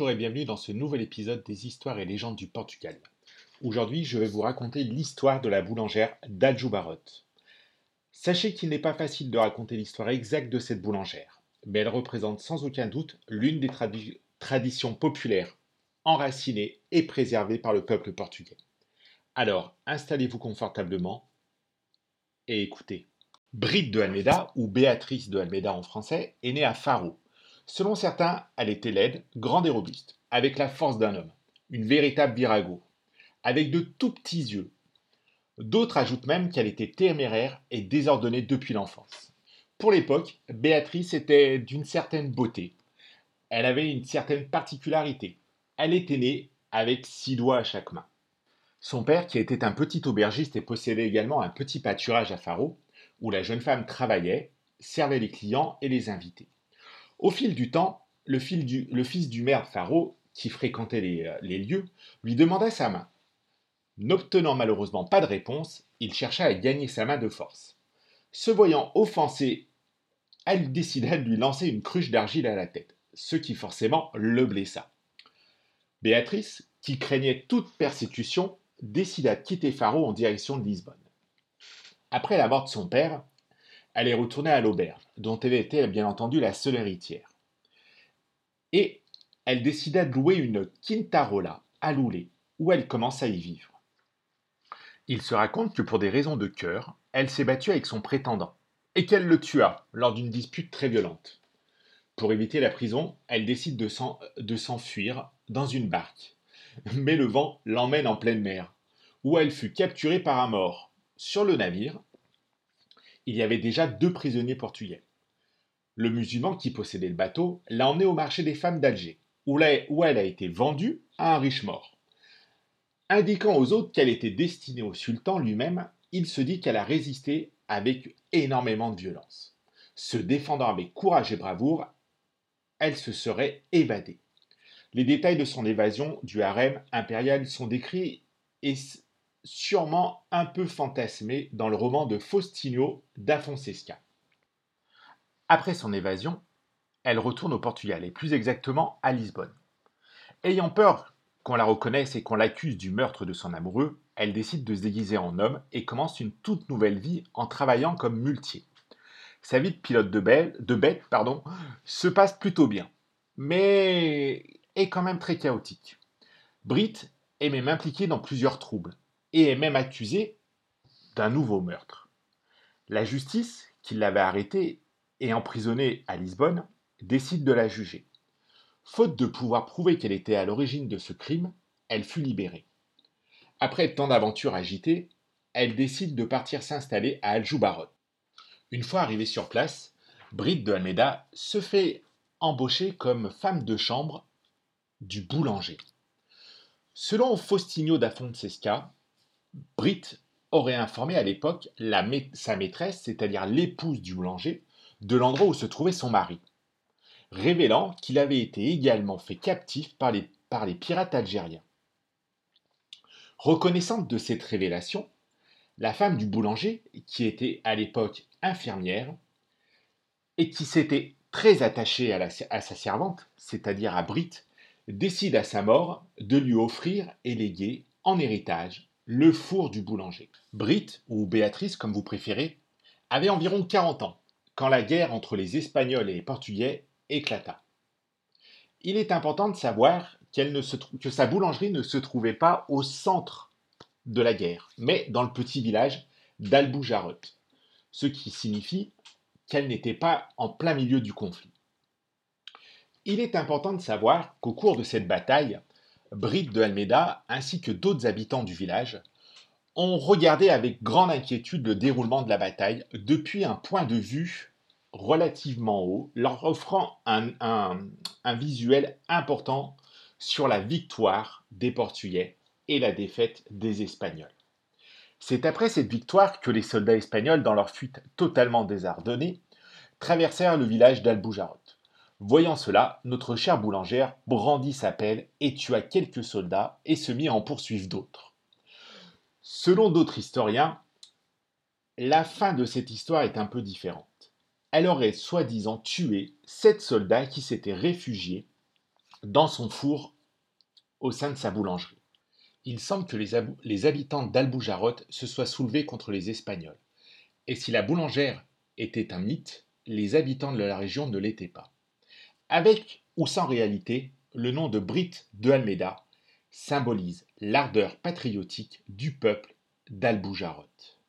Bonjour et bienvenue dans ce nouvel épisode des histoires et légendes du Portugal. Aujourd'hui, je vais vous raconter l'histoire de la boulangère d'Aljubarrot. Sachez qu'il n'est pas facile de raconter l'histoire exacte de cette boulangère, mais elle représente sans aucun doute l'une des traditions populaires, enracinées et préservées par le peuple portugais. Alors, installez-vous confortablement et écoutez. Brite de Almeida, ou Béatrice de Almeida en français, est née à Faro. Selon certains, elle était laide, grande et robuste, avec la force d'un homme, une véritable virago, avec de tout petits yeux. D'autres ajoutent même qu'elle était téméraire et désordonnée depuis l'enfance. Pour l'époque, Béatrice était d'une certaine beauté. Elle avait une certaine particularité. Elle était née avec 6 doigts à chaque main. Son père, qui était un petit aubergiste et possédait également un petit pâturage à Faro, où la jeune femme travaillait, servait les clients et les invités. Au fil du temps, le fils du maire de Faro, qui fréquentait les lieux, lui demanda sa main. N'obtenant malheureusement pas de réponse, il chercha à gagner sa main de force. Se voyant offensé, elle décida de lui lancer une cruche d'argile à la tête, ce qui forcément le blessa. Béatrice, qui craignait toute persécution, décida de quitter Faro en direction de Lisbonne. Après la mort de son père, elle est retournée à l'auberge, dont elle était bien entendu la seule héritière. Et elle décida de louer une quintarola à Loulé, où elle commence à y vivre. Il se raconte que pour des raisons de cœur, elle s'est battue avec son prétendant, et qu'elle le tua lors d'une dispute très violente. Pour éviter la prison, elle décide de s'enfuir dans une barque. Mais le vent l'emmène en pleine mer, où elle fut capturée par un mort. Sur le navire, il y avait déjà 2 prisonniers portugais. Le musulman qui possédait le bateau l'a emmenée au marché des femmes d'Alger, où elle a été vendue à un riche mort. Indiquant aux autres qu'elle était destinée au sultan lui-même, il se dit qu'elle a résisté avec énormément de violence. Se défendant avec courage et bravoure, elle se serait évadée. Les détails de son évasion du harem impérial sont décrits et sûrement un peu fantasmés dans le roman de Faustinho da Fonseca. Après son évasion, elle retourne au Portugal, et plus exactement à Lisbonne. Ayant peur qu'on la reconnaisse et qu'on l'accuse du meurtre de son amoureux, elle décide de se déguiser en homme et commence une toute nouvelle vie en travaillant comme muletier. Sa vie de pilote de bête se passe plutôt bien, mais est quand même très chaotique. Brit est même impliquée dans plusieurs troubles et est même accusée d'un nouveau meurtre. La justice, qui l'avait arrêtée et emprisonnée à Lisbonne, décide de la juger. Faute de pouvoir prouver qu'elle était à l'origine de ce crime, elle fut libérée. Après tant d'aventures agitées, elle décide de partir s'installer à Aljubarrot. Une fois arrivée sur place, Brite de Almeida se fait embaucher comme femme de chambre du boulanger. Selon Faustinho da Fonseca, Brite aurait informé à l'époque sa maîtresse, c'est-à-dire l'épouse du boulanger, de l'endroit où se trouvait son mari, révélant qu'il avait été également fait captif par les pirates algériens. Reconnaissante de cette révélation, la femme du boulanger, qui était à l'époque infirmière, et qui s'était très attachée à sa servante, c'est-à-dire à Brit, décide à sa mort de lui offrir et léguer en héritage le four du boulanger. Brit, ou Béatrice comme vous préférez, avait environ 40 ans quand la guerre entre les Espagnols et les Portugais éclata. Il est important de savoir que sa boulangerie ne se trouvait pas au centre de la guerre, mais dans le petit village d'Albujarot, ce qui signifie qu'elle n'était pas en plein milieu du conflit. Il est important de savoir qu'au cours de cette bataille, Brite de Almeida ainsi que d'autres habitants du village ont regardé avec grande inquiétude le déroulement de la bataille depuis un point de vue relativement haut, leur offrant un visuel important sur la victoire des Portugais et la défaite des Espagnols. C'est après cette victoire que les soldats espagnols, dans leur fuite totalement désordonnée, traversèrent le village d'Albujarot. Voyant cela, notre chère boulangère brandit sa pelle et tua quelques soldats et se mit à en poursuivre d'autres. Selon d'autres historiens, la fin de cette histoire est un peu différente. Elle aurait soi-disant tué 7 soldats qui s'étaient réfugiés dans son four au sein de sa boulangerie. Il semble que les habitants d'Albujarotte se soient soulevés contre les Espagnols. Et si la boulangère était un mythe, les habitants de la région ne l'étaient pas. Avec ou sans réalité, le nom de Brit de Almeida symbolise l'ardeur patriotique du peuple d'Albujarotte.